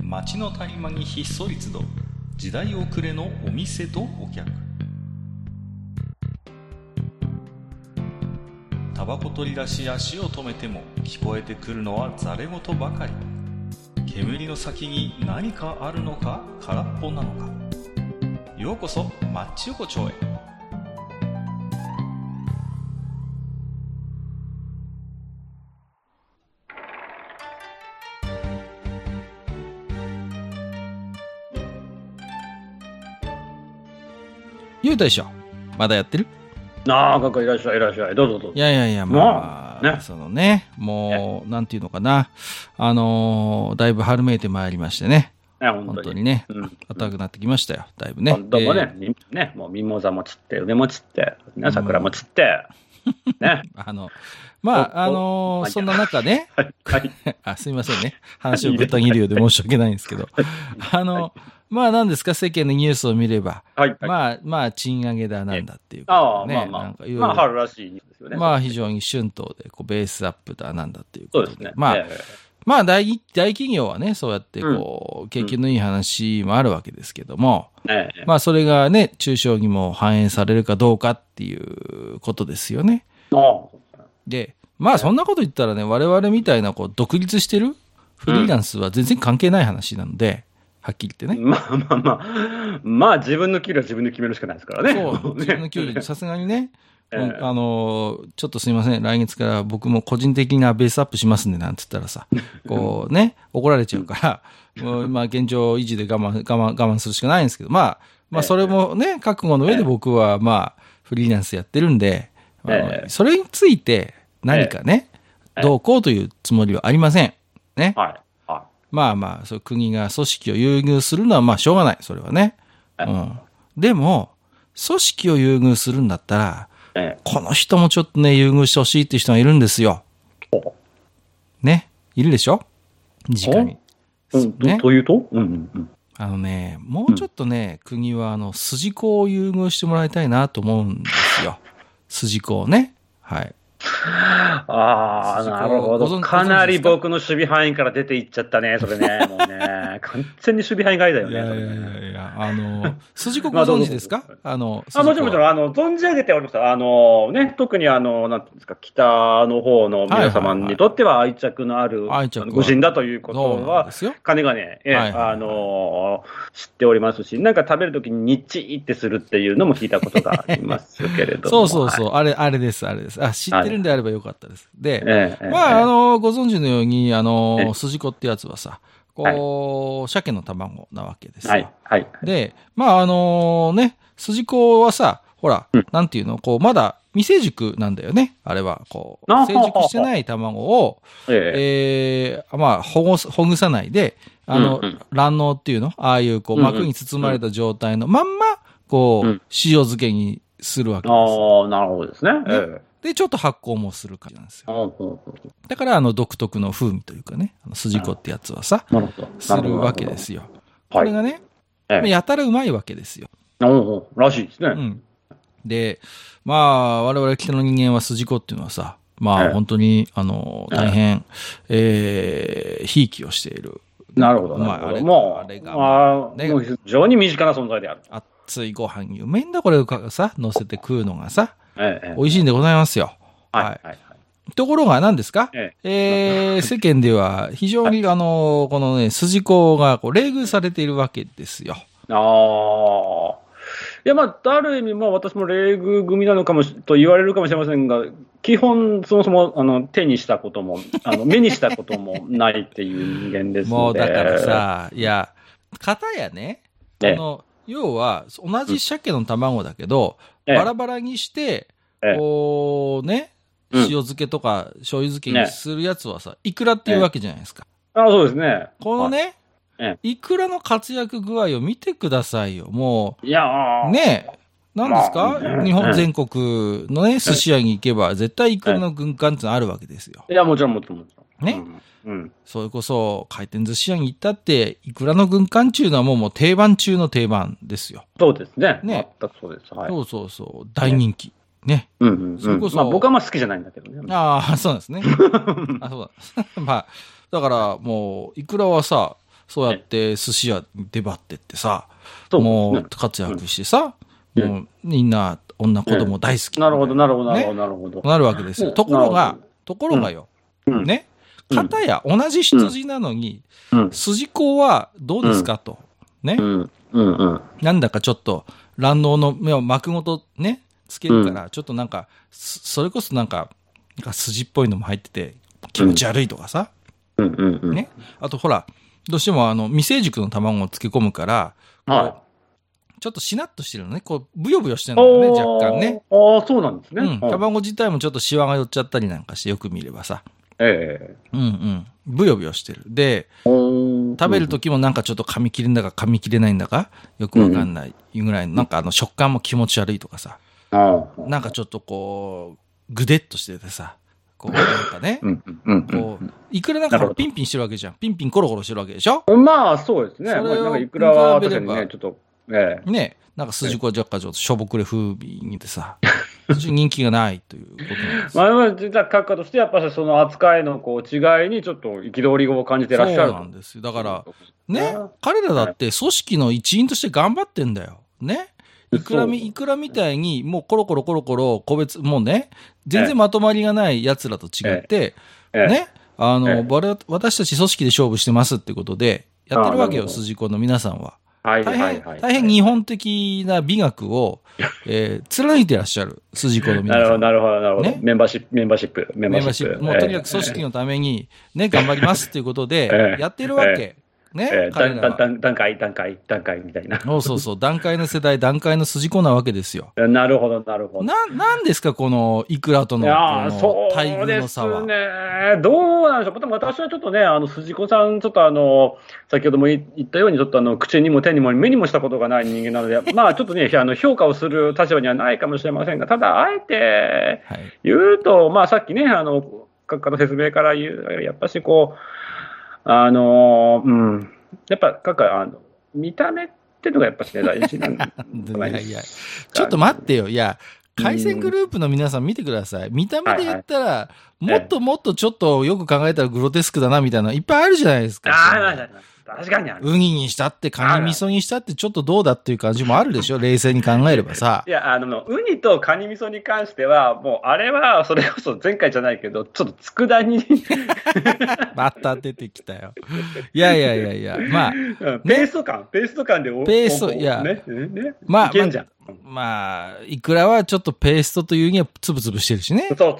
街の谷間にひっそり集う時代遅れのお店とお客。タバコ取り出し足を止めても聞こえてくるのはざれ言ばかり。煙の先に何かあるのか空っぽなのか。ようこそマッチ横丁へ。ゆうたでしょ。まだやってる？ ああ、かっこいらっしゃい、いらっしゃい。どうぞどうぞ。 いや、まあ、 ね、 そのね、もう、なんていうのかな。だいぶ春めいてまいりましてね。本当にね、暖かくなってきましたよ、だいぶね。 本当もね、もうミモザも散って、梅も散って、桜も散って、ね。 そんな中ね、すいませんね。話をぶった切るようで申し訳ないんですけど、何ですか、世間のニュースを見れば、賃上げだなんだっていうことでね。 春らしいニュースですよね。 非常に春闘でベースアップだなんだっていうことで。 そうですね。 大企業はね、そうやって景気のいい話もあるわけですけども、それがね、中小にも反映されるかどうかっていうことですよね。で、そんなこと言ったらね、我々みたいな独立してるフリーランスは全然関係ない話なので、はっきり言ってね。 自分の給料は自分で決めるしかないですからね。 そう、自分の給料、さすがにね、ちょっとすいません、来月から僕も個人的なベースアップしますんで、なんて言ったらさ、怒られちゃうから、もう現状維持で我慢するしかないんですけど、それもね、覚悟の上で僕はフリーランスやってるんで、それについて何かね、どうこうというつもりはありません。ね。そういう国が組織を優遇するのはしょうがない。それはね。でも、組織を優遇するんだったら、この人もちょっとね、優遇してほしいっていう人がいるんですよ。ね。いるでしょ？身近に。 というと？ もうちょっとね、国は筋子を優遇してもらいたいなと思うんですよ。筋子をね。はい。 なるほど。かなり僕の守備範囲から出ていっちゃったね、それね。もうね、完全に守備範囲外だよね。 筋子ご存知ですか？ もちろん、存じ上げております。特になんていうんですか、北の方の皆様にとっては愛着のあるご人だということは、かねがね、知っておりますし、なんか食べるときにニッチってするっていうのも聞いたことがありますけれども。 そう。あれです。知ってるんであればよかったです。で、ご存知のように、筋子ってやつはさ、鮭の卵なわけですよ。で、筋子はさ、ほら、なんていうの、まだ未成熟なんだよね。あれは、成熟してない卵を、ほぐさないで、卵黄っていうの、ああいう膜に包まれた状態のまんま、塩漬けにするわけですよ。 なるほどですね。 で、ちょっと発酵もする感じなんですよ。だから、独特の風味というかね、筋子ってやつはさ、するわけですよ。これがね、やたらうまいわけですよ。 らしいですね。 で、我々北の人間は筋子っていうのはさ、本当に、大変、ひいきをしている。 なるほど。もう非常に身近な存在である。 熱いご飯にうめえんだ、これをさ、乗せて食うのがさ、美味しいんでございますよ。ところが何ですか？世間では非常にこのね、筋子が冷遇されているわけですよ。 いや、ある意味、私も冷遇組なのかもと言われるかもしれませんが、基本、そもそも、手にしたことも、目にしたこともないっていう人間ですので。 もうだからさ、いや、片やね、要は、同じ鮭の卵だけど、バラバラにして、塩漬けとか醤油漬けにするやつはさ、イクラっていうわけじゃないですか。 そうですね。 このね、イクラの活躍具合を見てくださいよ。もう、何ですか？日本全国のね、寿司屋に行けば、絶対イクラの軍艦ってのあるわけですよ。 いや、もちろん。 ね。それこそ、回転寿司屋に行ったって、イクラの軍艦っていうのはもう定番中の定番ですよ。 そうですね。 ね。 全くそうです。 そう。大人気。ね。 それこそ。僕は好きじゃないんだけどね。 そうなんですね。そうだ。だからもう、イクラはさ、 そうやって寿司屋に出張ってってさ、もう活躍してさ、もうみんな女子供大好き。 なるほど、なるほど、なるほど、なるほど。 なるわけですよ。ところがよ、ね、片や同じ羊なのに、筋子はどうですかと。ね。なんだかちょっと卵黄の目を膜ごとね、つけるから、ちょっとなんか、それこそなんか筋っぽいのも入ってて気持ち悪いとかさ。ね。あとほら、どうしても未成熟の卵を漬け込むから、ちょっとしなっとしてるのね。こう、ブヨブヨしてるんだよね、若干ね。 ああ、そうなんですね。 卵自体もちょっとシワが寄っちゃったりなんかしてよく見ればさ。ブヨブヨしてる。で、食べるときもなんかちょっと噛み切れんだか噛み切れないんだか、よくわかんないぐらいの、なんか食感も気持ち悪いとかさ。なんかちょっとこう、ぐでっとしててさ。こう、なんかね。こう、いくらなんかピンピンしてるわけじゃん。ピンピンコロコロしてるわけでしょ。 まあ、そうですね。それをいくらは確かにね、ちょっと。 ね、なんか筋子は若干ちょっとしょぼくれ風味にてさ、人気がないということなんです。 まあ、実は閣下としてやっぱりその扱いのこう違いにちょっと憤りを感じてらっしゃる。 そうなんですよ。だから、ね、彼らだって組織の一員として頑張ってんだよ。ね。いくらみたいに、もうコロコロ個別、もうね、全然まとまりがない奴らと違って、ね、私たち組織で勝負してますってことで、やってるわけよ、筋子の皆さんは。大変日本的な美学を、貫いてらっしゃる、筋子の皆さん。 なるほど。ね、メンバーシップ。 もうとにかく組織のために、ね、頑張りますっていうことで、やってるわけ。ね、 段階みたいな。 そう、段階の世代、段階の筋子なわけですよ。 なるほど。 なんですか、この、いくらとの、待遇の差は。 そうですね。どうなんでしょう。でも私はちょっとね、筋子さん、ちょっと先ほども言ったように、ちょっと口にも手にも目にもしたことがない人間なので、まあちょっとね、評価をする立場にはないかもしれませんが、ただ、あえて言うと、まあさっきね、閣下の説明から言う、やっぱしこう、やっぱ、見た目っていうのがやっぱしね、大事なんだ。 いや、ちょっと待ってよ。いや、海鮮グループの皆さん見てください。見た目で言ったら、もっとちょっとよく考えたらグロテスクだなみたいなのいっぱいあるじゃないですか。 確かにある。 ウニにしたって、カニ味噌にしたってちょっとどうだっていう感じもあるでしょ、冷静に考えればさ。 いや、ウニとカニ味噌に関しては、もう、あれは、それこそ前回じゃないけど、ちょっと佃煮に。 また出てきたよ。いや、まあ。 ペースト感でいや、まあ、いくらはちょっとペーストというにはつぶつぶしてるしね。 そう。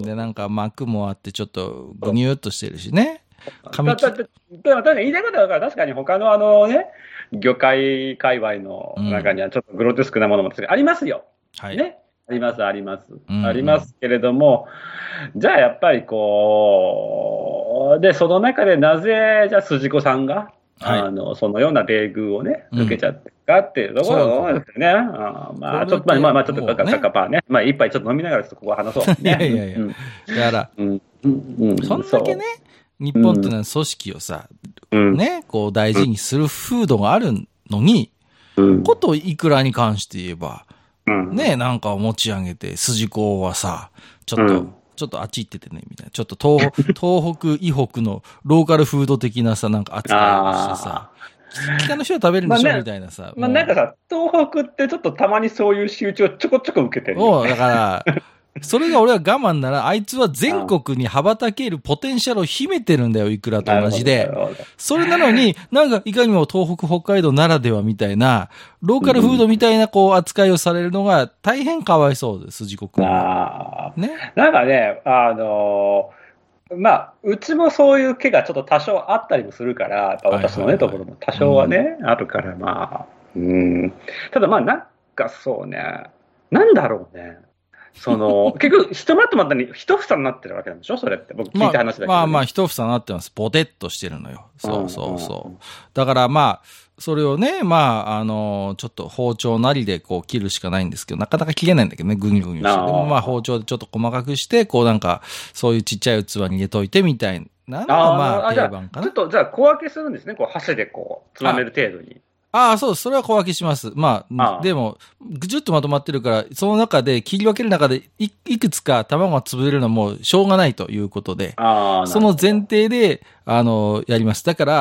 で、なんか膜もあって、ちょっとぐにゅーっとしてるしね。 言いたいことは確かに他の魚介界隈の中にはちょっとグロテスクなものもありますよ。ね。あります。ありますけれども、じゃあやっぱりこう、で、その中でなぜ、じゃあ筋子さんが、そのような冷遇をね、受けちゃってかっていうところですよね。まあ、ちょっと、まあ、ちょっとまあ、一杯ちょっと飲みながらちょっとここ話そう。 いや。だから、そんだけね、日本ってのは組織をさ、ね、こう大事にする風土があるのに、こといくらに関して言えば、ね、なんか持ち上げて、筋子はさ、ちょっとあっち行っててね、みたいな。ちょっと東北、以北のローカルフード的なさ、なんか扱いをしてさ、北の人は食べるんでしょ、みたいなさ。 まあなんかさ、東北ってちょっとたまにそういう仕打ちをちょこちょこ受けてる。 だから、それが俺は我慢なら、あいつは全国に羽ばたけるポテンシャルを秘めてるんだよ、いくらと同じで。それなのに、なんかいかにも東北、北海道ならではみたいな、ローカルフードみたいなこう扱いをされるのが大変かわいそうです、筋子君は。ね。 なんかね、まあ、うちもそういう気がちょっと多少あったりもするから、やっぱ私のね、ところも多少はね、あるから、まあ、ただまあ、なんかそうね、なんだろうね。結局、ひとまとまったに一房になってるわけなんでしょそれって。僕聞いた話だけど、ね。 まあ、一房になってます。ポテッとしてるのよ。そう。だからまあ、それをね、まあ、ちょっと包丁なりでこう切るしかないんですけど、なかなか切れないんだけどね、ぐにゅぐにゅして。でもまあ、包丁でちょっと細かくして、こうなんか、そういうちっちゃい器に入れといてみたいなのがまあ、定番かな。 ちょっと、じゃあ小分けするんですね。こう、箸でこう、つまめる程度に。 そう、それは小分けします。まあ、でも、ぐじゅっとまとまってるから、その中で、切り分ける中でいくつか卵が潰れるのもしょうがないということで、その前提で、やります。だから、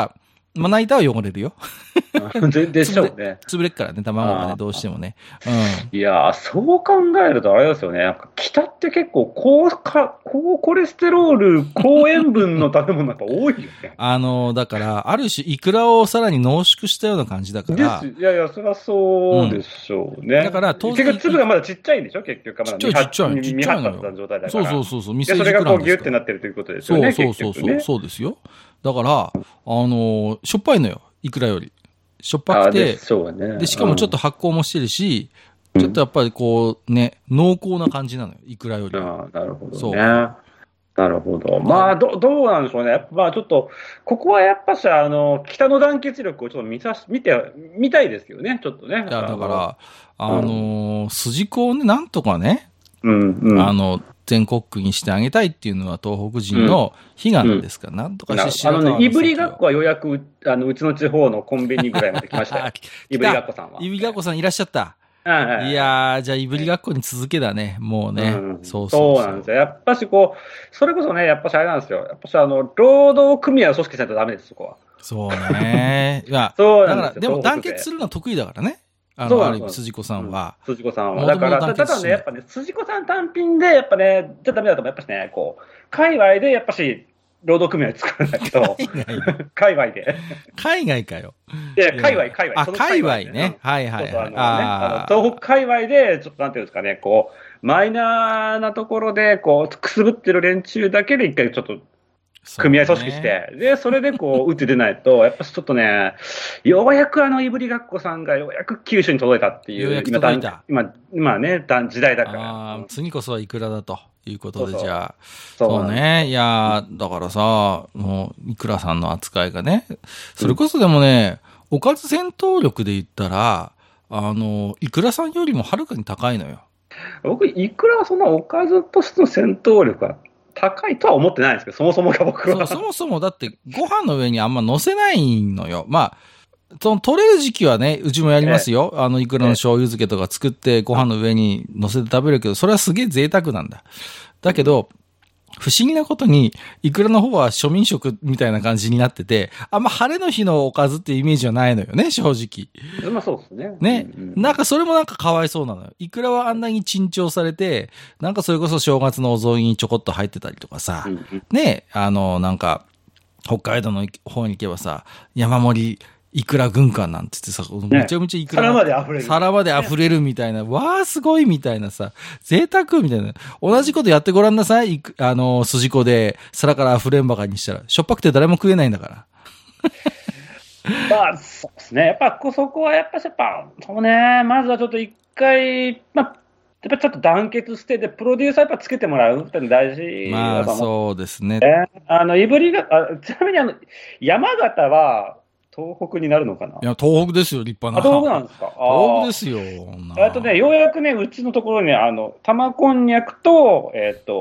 まな板は汚れるよ。 でしょうね。 潰れっからね、卵がね、どうしてもね。 いやー、そう考えるとあれですよね。北って結構高コレステロール、高塩分の食べ物が多いよね。 だから、ある種、イクラをさらに濃縮したような感じだから。 いやいや、そりゃそうでしょうね。 だから、当然。結局、粒がまだちっちゃいんでしょ結局。まだちっちゃい。 未発達な状態だから。 そう。 それがこうギュッてなってるということですよね。 そうですよ。だから、しょっぱいのよ。いくらより。しょっぱくて、で、しかもちょっと発酵もしてるし、ちょっとやっぱりこうね、濃厚な感じなのよ。いくらより。 なるほどね。なるほど。まあ、どうなんでしょうね。まあ、ちょっと、ここはやっぱし、北の団結力をちょっと見たいですけどね、ちょっとね。 いや、だから、筋子をね、なんとかね、全国区にしてあげたいっていうのは東北人の悲願ですから、なんとかして白川のいぶりがっこはようやくうちの地方のコンビニぐらいまで来ましたよ。いぶりがっこさんは。 いぶりがっこさんいらっしゃった。いやー、じゃあいぶりがっこに続けだね、もうね。 そうなんですよ。やっぱしこう、それこそね、やっぱしあれなんですよ。やっぱし労働組合を組織しないとダメです、そこは。 そうね。いや、 そうだから、でも団結するの得意だからね。ある意味、筋子さんは。 筋子さんは。だから、ただね、やっぱね、筋子さん単品で、やっぱね、じゃダメだと思う。やっぱしね、こう、界隈で、やっぱし、労働組合作らないと。界隈で。 海外かよ。 いや、界隈。 あ、界隈ね。はい。 東北界隈で、ちょっとなんていうんですかね、こう、マイナーなところで、こう、くすぶってる連中だけで一回ちょっと、組合組織して、で、それでこう、打って出ないと、やっぱちょっとね、ようやくいぶりがっこさんがようやく九州に届いたっていう、今ね、時代だから。 次こそはいくらだということで、じゃあ。そうね。いやだからさ、もう、いくらさんの扱いがね、それこそでもね、おかず戦闘力で言ったら、いくらさんよりもはるかに高いのよ。 僕、いくらはそのおかずとしての戦闘力は高いとは思ってないんですけど、そもそもが僕は。 そもそもだってご飯の上にあんま乗せないのよ。まあ、取れる時期はね、うちもやりますよ。いくらの醤油漬けとか作ってご飯の上に乗せて食べるけど、それはすげえ贅沢なんだ。だけど、不思議なことに、いくらの方は庶民食みたいな感じになってて、あんま晴れの日のおかずってイメージはないのよね、正直。 まあそうですね。 ね。なんかそれもなんかかわいそうなのよ。いくらはあんなに珍重されて、なんかそれこそ正月のお雑煮にちょこっと入ってたりとかさ、ね、なんか、北海道の方に行けばさ、山盛り、いくら軍艦なんて言ってさ、めちゃめちゃいくら、 皿まで溢れる。 皿まで溢れるみたいな、わーすごいみたいなさ、贅沢みたいな。同じことやってごらんなさい。筋子で皿から溢れんばかりにしたら、しょっぱくて誰も食えないんだから。 まあ、そうですね。やっぱ、そこはやっぱ、そうね、まずはちょっと一回、まあ、やっぱちょっと団結して、で、プロデューサーやっぱつけてもらうって大事まあ、そうですね。 いぶりが、ちなみに山形は、東北になるのかな。 いや、東北ですよ、立派な。 東北なんですか。 東北ですよ。 ね、ようやくね、うちのところに、玉こんにゃくと、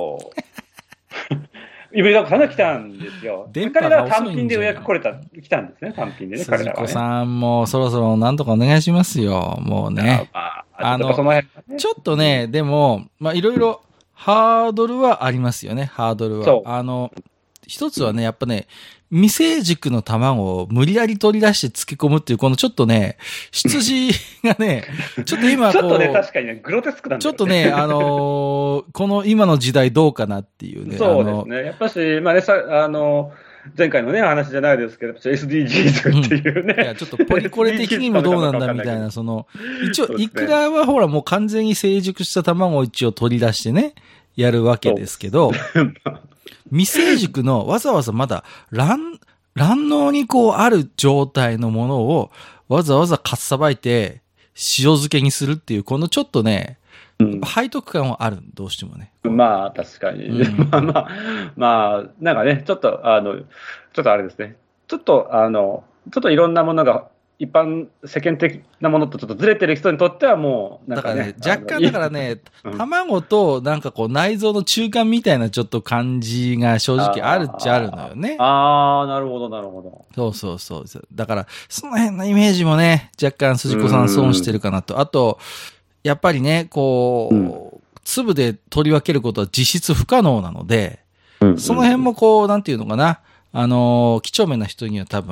いぶりがっこさんが来たんですよ。彼らは単品でようやく来たんですね、単品でね、彼らは、ね。 筋子さんもそろそろなんとかお願いしますよ、もうね。ちょっとね、でも、まあ、いろいろハードルはありますよね、ハードルは。一つはね、やっぱね、未成熟の卵を無理やり取り出して漬け込むっていう、このちょっとね、出自がね、ちょっと今こう。ちょっとね、確かにね、グロテスクなんだよね。 ちょっとね、この今の時代どうかなっていうね。 そうですね。やっぱし、まあね、前回のね、話じゃないですけど、SDGs っていうね。 いや、ちょっとポリコレ的にもどうなんだみたいな、一応、いくらはほらもう完全に成熟した卵を一応取り出してね、やるわけですけど、未成熟のわざわざまだ卵農にこうある状態のものをわざわざかっさばいて塩漬けにするっていう、このちょっとね、背徳感はある、どうしてもね。 まあ、確かに。まあ、なんかね、ちょっとあれですね。ちょっといろんなものが、一般世間的なものとちょっとずれてる人にとってはもう、なんかね。 若干だからね、卵となんかこう内臓の中間みたいなちょっと感じが正直あるっちゃあるのよね。 なるほど。 そう。だから、その辺のイメージもね、若干筋子さん損してるかなと。あと、やっぱりね、こう、粒で取り分けることは実質不可能なので、その辺もこう、なんていうのかな、几帳面な人には多分、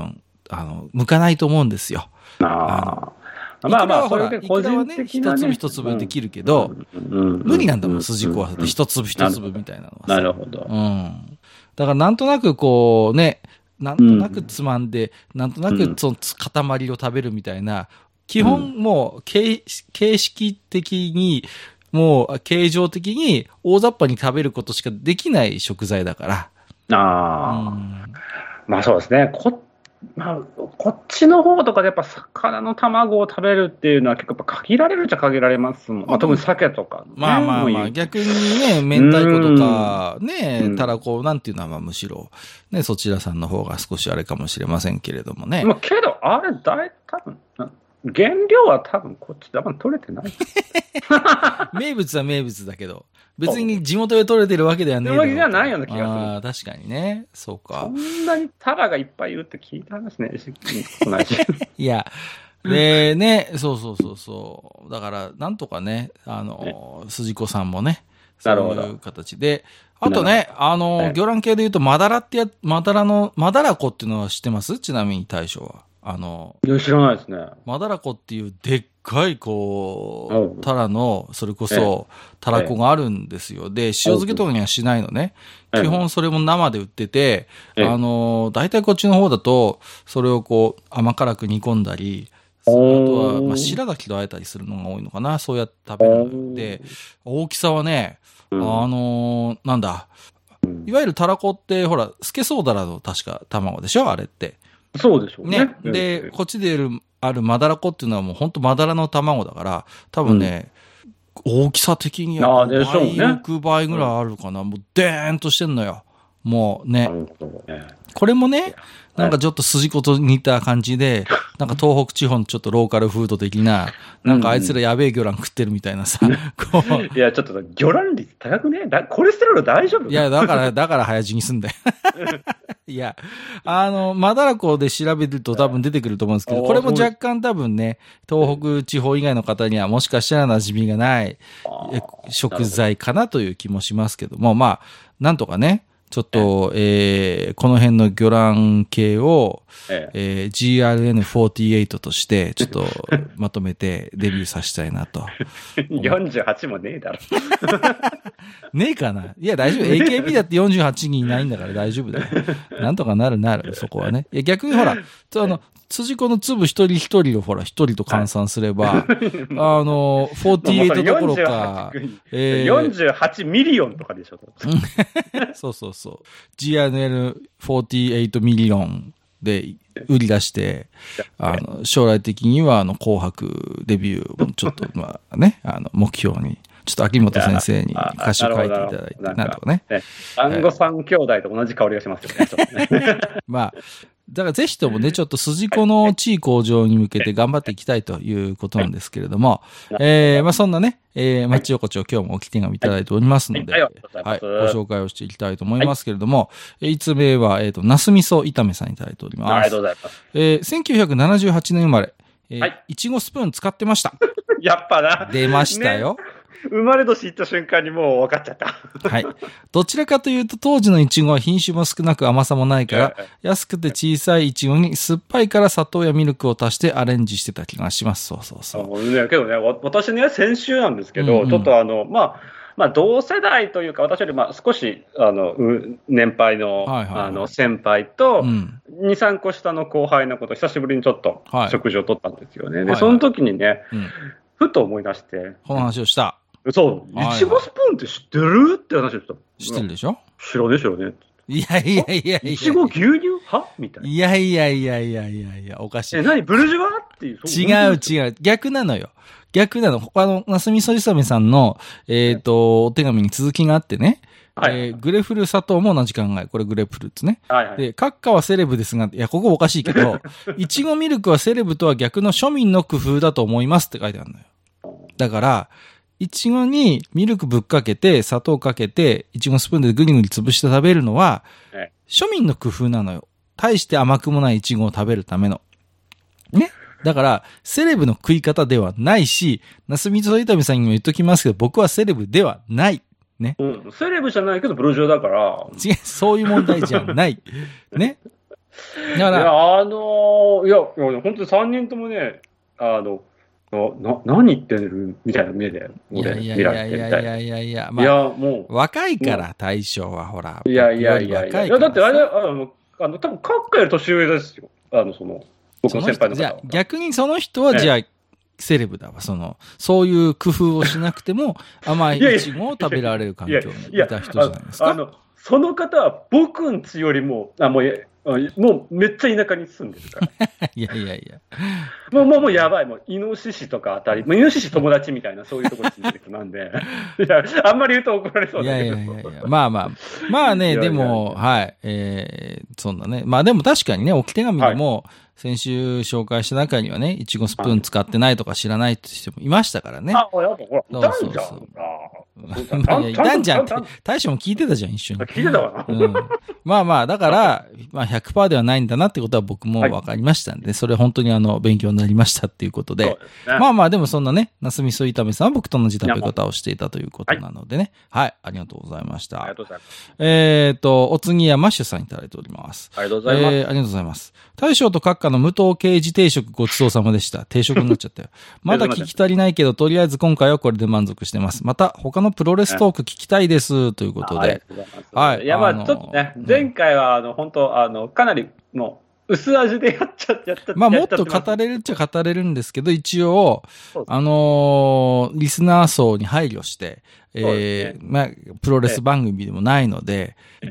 向かないと思うんですよ。 まあまあ、それで個人的な、ね。 一粒できるけど、無理なんだもん、筋子は。一粒一粒みたいなのは。 なるほど。 だからなんとなくこうね、なんとなくつまんで、なんとなくその塊を食べるみたいな、基本もう形式的に、もう形状的に大雑把に食べることしかできない食材だから。 まあそうですね。まあ、こっちの方とかでやっぱ魚の卵を食べるっていうのは結構やっぱ限られるっちゃ限られますもん。まあ特に鮭とか、ね。 まあ、逆にね、明太子とか、ね、たらこなんていうのはまあむしろ、ね、そちらさんの方が少しあれかもしれませんけれどもね。 まあけど、あれ多分、原料は多分こっち多分取れてない。 名物は名物だけど。別に地元で取れてるわけではねえだろう。 そういうわけじゃないような気がする。確かにね。そうか。 そんなにタラがいっぱいいるって聞いた話ね。 いや、でね、そう。だから、なんとかね、筋子さんもね、そういう形で。あとね、魚卵系で言うと、マダラ子っていうのは知ってます？ちなみに大将は。 いや、知らないですね。 マダラ子っていうでっかいタラの、それこそ、タラコがあるんですよ。で、塩漬けとかにはしないのね。基本それも生で売ってて、大体こっちの方だと、それを甘辛く煮込んだり、あとは、白滝とあえたりするのが多いのかな。そうやって食べるので、大きさはね、なんだ、いわゆるタラコって、ほら、スケソウダラの確か卵でしょあれって。 そうでしょうね。 で、こっちであるマダラコっていうのはもう本当マダラの卵だから、多分ね、大きさ的には6倍ぐらいあるかな。もうデーンとしてんのよ。もうね。これもね、なんかちょっと筋子と似た感じで、なんか東北地方のちょっとローカルフード的な、なんかあいつらやべえ魚卵食ってるみたいなさ。 いや、ちょっと魚卵率高くね？コレステロール大丈夫？ いや、だから早死にすんだよ。いや、マダラコで調べると多分出てくると思うんですけど、これも若干多分ね、東北地方以外の方にはもしかしたら馴染みがない食材かなという気もしますけども、まあ、なんとかね、ちょっと、この辺の魚卵系を、GRN48 として、ちょっとまとめてデビューさせたいなと。 48もねえだろ。 ねえかな？いや、大丈夫。AKB だって48人いないんだから大丈夫だよ。なんとかなる、そこはね。いや、逆にほら、筋子の粒一人一人をほら、一人と換算すれば、48どころか、 48ミリオンとかでしょ。 そう。GRN48 ミリオンで売り出して、将来的には紅白デビューをちょっと、まあね、目標に。ちょっと秋元先生に歌詞を書いていただいて、なんとかね。 団子三兄弟と同じ香りがしますよね。 まあ、だからぜひともね、ちょっと筋子の地位向上に向けて頑張っていきたいということなんですけれども、まあそんなね、町横丁今日も置き手紙いただいておりますので、はい、ご紹介をしていきたいと思いますけれども、5つ目は、ナス味噌炒めさんいただいております。 ありがとうございます。 1978年生まれ、いちごスプーン使ってました。 やっぱな。 出ましたよ。 生まれ年行った瞬間にもう分かっちゃった。 はい。どちらかというと当時のイチゴは品種も少なく甘さもないから、安くて小さいイチゴに酸っぱいから砂糖やミルクを足してアレンジしてた気がします。そう。 ね、けどね、私ね、先週なんですけど、ちょっとまあ、同世代というか、私より少し、年配の、先輩と、2、3個下の後輩の子と久しぶりにちょっと食事をとったんですよね。で、その時にね、ふと思い出して。 この話をした。 そう。いちごスプーンって知ってるって話をした。 知ってるでしょ？ 知らね。 いや。 いちご牛乳はみたいな。 いや、おかしい。 何ブルジョワっていう。 違う。逆なのよ。ナスミソイサメさんの、お手紙に続きがあってね。グレフル砂糖も同じ考え。これグレープフルーツね。で、閣下はセレブですが、いや、ここおかしいけど、いちごミルクはセレブとは逆の庶民の工夫だと思いますって書いてあるのよ。だから、いちごにミルクぶっかけて、砂糖かけて、いちごスプーンでぐりぐり潰して食べるのは、庶民の工夫なのよ。大して甘くもないいちごを食べるための。ね。だから、セレブの食い方ではないし、ナスミソ炒めさんにも言っときますけど、僕はセレブではない。ね。 セレブじゃないけど、ブルジョーだから。 違う、そういう問題じゃない。ね。 だから、 いや、本当に3人ともね、何言ってるみたいな目で、 いや、まあ、いやもう若いから、大将は、ほら。 いや、だってあれ、多分、閣下より年上ですよ。僕の先輩の方は。 じゃあ、逆にその人は、じゃあ、セレブだわ。そういう工夫をしなくても、甘いイチゴを食べられる環境にいた人じゃないですか。 その方は、僕んちよりも、もうめっちゃ田舎に住んでるから。 いや。 もうやばい。もう、イノシシとかあたり、イノシシ友達みたいな、そういうところに住んでる人なんで。いや、あんまり言うと怒られそうだけど。いや。 まあね、でも、はい。そんなね。まあでも確かにね、置き手紙でも、先週紹介した中にはね、いちごスプーン使ってないとか知らないって人もいましたからね。 やっぱほら、いたんじゃん。 いたんじゃんって、大将も聞いてたじゃん、一緒に。 聞いてたわな。 まあ、だから、100% ではないんだなってことは僕も分かりましたんで、それ本当に勉強になりましたっていうことで。まあ、でもそんなね、ナス味噌炒めさんは僕と同じ食べ方をしていたということなのでね。はい、ありがとうございました。 ありがとうございます。 お次はマッシュさんいただいております。 ありがとうございます。 ありがとうございます。大将と閣下の無糖刑事定食ごちそうさまでした。定食になっちゃったよ。まだ聞き足りないけど、とりあえず今回はこれで満足してます。また他のプロレストーク聞きたいです。ということで。 はい。いや、まあちょっとね、前回は本当かなりもう、薄味でやっちゃって。 まあもっと語れるっちゃ語れるんですけど、一応、リスナー層に配慮して、まあ、プロレス番組でもないので、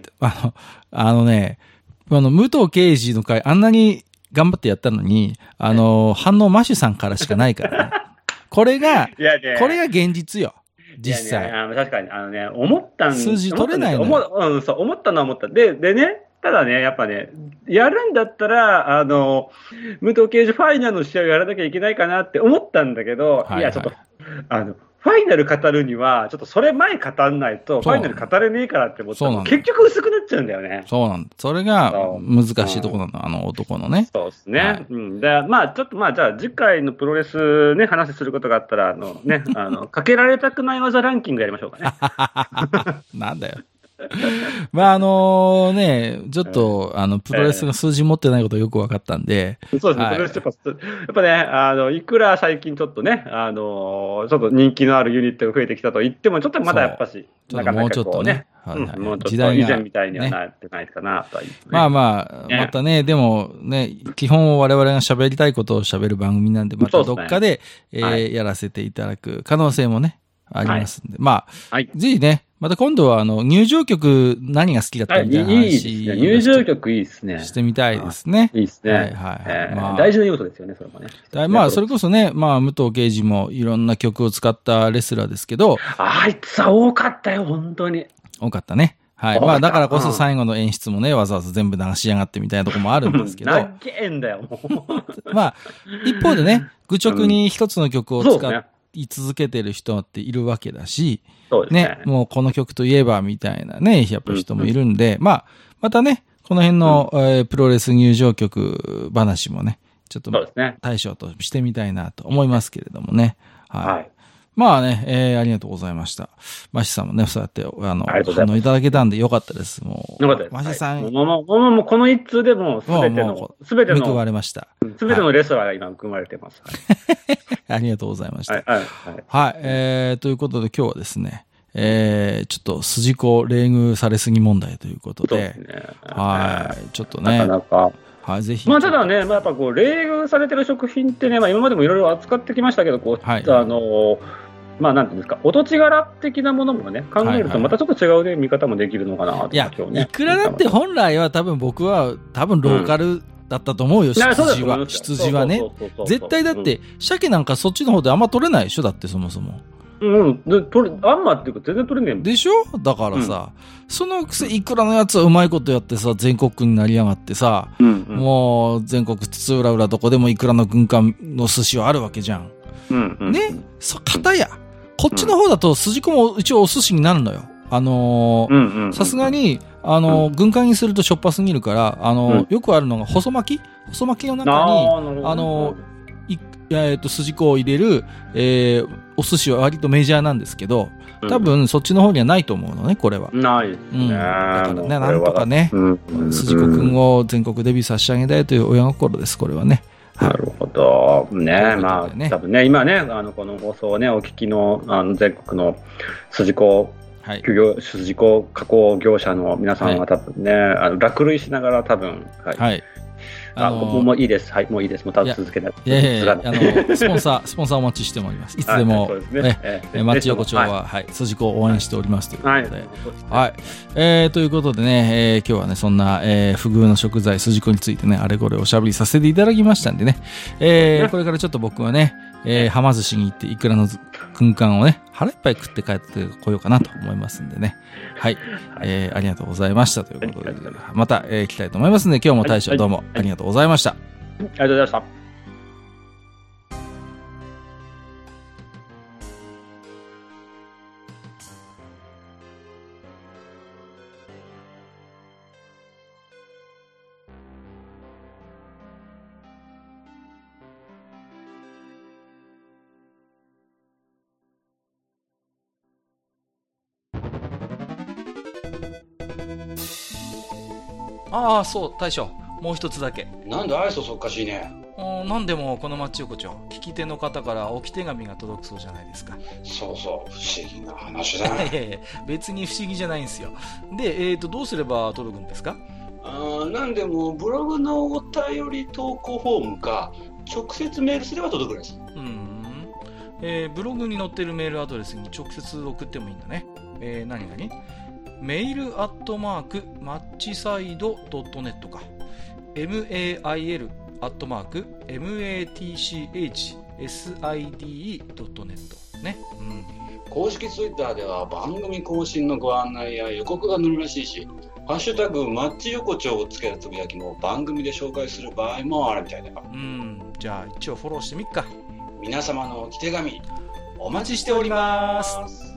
武藤刑事の回、あんなに頑張ってやったのに、反応マッシュさんからしかないからね。これが現実よ。実際。 確かに、思った数字取れないのよ。そう、思ったのは思った。でね、ただね、やっぱね、やるんだったら、武藤刑事ファイナルの試合をやらなきゃいけないかなって思ったんだけど、いや、ちょっと、ファイナル語るには、ちょっとそれ前語んないと、ファイナル語れねえからって思ったら、結局薄くなっちゃうんだよね。 そうなんだ。それが難しいところなの、男のね。 そうですね。で、まあ、ちょっとじゃあ次回のプロレスね、話することがあったら、かけられたくない技ランキングやりましょうかね。 なんだよ。まあちょっと、プロレスが数字持ってないことがよく分かったんで。 そうですね、プロレスやっぱね、いくら最近ちょっとね、ちょっと人気のあるユニットが増えてきたと言っても、ちょっとまだやっぱし、 なかなかこうね、 もうちょっと以前みたいにはなってないかなとは、 またね、でもね、基本我々が喋りたいことを喋る番組なんで、またどっかで、やらせていただく可能性もね、ありますんで。まあ、ぜひね、また今度は入場曲何が好きだったみたいな話。 いいですね。入場曲いいですね。 してみたいですね。 いいですね。大事な要素ですよね、それもね。 まあ、それこそね、武藤敬司もいろんな曲を使ったレスラーですけど。 あいつは多かったよ、本当に。 多かったね。はい。まあ、だからこそ最後の演出もね、わざわざ全部流しやがってみたいなとこもあるんですけど。 なげえんだよ、もう。まあ、一方でね、愚直に一つの曲を使い続けてる人っているわけだし、ね、もうこの曲といえばみたいなね、やっぱ人もいるんで、またね、この辺の、プロレス入場曲話もね、ちょっと対象としてみたいなと思いますけれどもね。はい。まあね、ありがとうございました。マシさんもね、そうやって、反応いただけたんでよかったです。もう。 よかったです。 マシさん。 もうこの一通でもすべての、 報われました。 すべてのレスラーが今含まれてます。 ありがとうございました。はい。ということで今日はですね、ちょっと筋子冷遇されすぎ問題ということで、はい。ちょっとね。 なかなか。 はい、ぜひ。 ただね、やっぱこう、冷遇されてる食品ってね、今までもいろいろ扱ってきましたけど、こう、なんていうんですか、お土地柄的なものもね、考えるとまたちょっと違うね、見方もできるのかなと。 いや、いくらだって本来は僕はローカルだったと思うよ、出自はね。絶対だって、鮭なんかそっちの方であんま取れないでしょ、だってそもそも。 あんまっていうか全然取れねえもん。 でしょだからさ、そのくせいくらのやつはうまいことやってさ、全国区になりやがってさ、もう全国津々浦々どこでもいくらの軍艦の寿司はあるわけじゃん。ね、片や。こっちの方だと筋子も一応お寿司になるのよ。さすがに、軍艦にするとしょっぱすぎるから、よくあるのが細巻きの中に、筋子を入れる、お寿司は割とメジャーなんですけど、 多分そっちの方にはないと思うのね、これは。 ないですね。 だからね、なんとかね、筋子くんを全国デビュー差し上げたいという親心です、これはね。 なるほど。ね、まあ、多分ね、今ね、この放送をね、お聞きの、全国の筋子、筋子加工業者の皆さんは多分ね、落類しながら多分、はい。もういいです。はい、もういいです。もう多分続けない。 スポンサーお待ちしております。いつでも、町横丁は、筋子を応援しておりますということで。はい。ということでね、今日はね、そんな、不遇の食材、筋子についてね、あれこれおしゃべりさせていただきましたんでね、これからちょっと僕はね、はま寿司に行っていくらの軍艦をね、腹いっぱい食って帰ってこようかなと思いますんでね。はい。ありがとうございましたということで、また、来たいと思いますので、今日も大将どうもありがとうございました。 ありがとうございました。 ああ、そう、大将。もう一つだけ。 なんで愛想そっかしいね。 なんでもこの町横丁、聞き手の方から置き手紙が届くそうじゃないですか。 そうそう、不思議な話だね。 いやいや、別に不思議じゃないんですよ。で、どうすれば届くんですか？ なんでもブログのお便り投稿フォームか直接メールすれば届くんです。 ブログに載ってるメールアドレスに直接送ってもいいんだね。何メールアットマークマッチサイドドットネットか。mail アットマーク matchside.net ね。 公式ツイッターでは番組更新のご案内や予告が載るらしいし、ハッシュタグマッチ横丁をつけたつぶやきも番組で紹介する場合もあるみたいだよ。 じゃあ一応フォローしてみっか。 皆様のお手紙お待ちしております。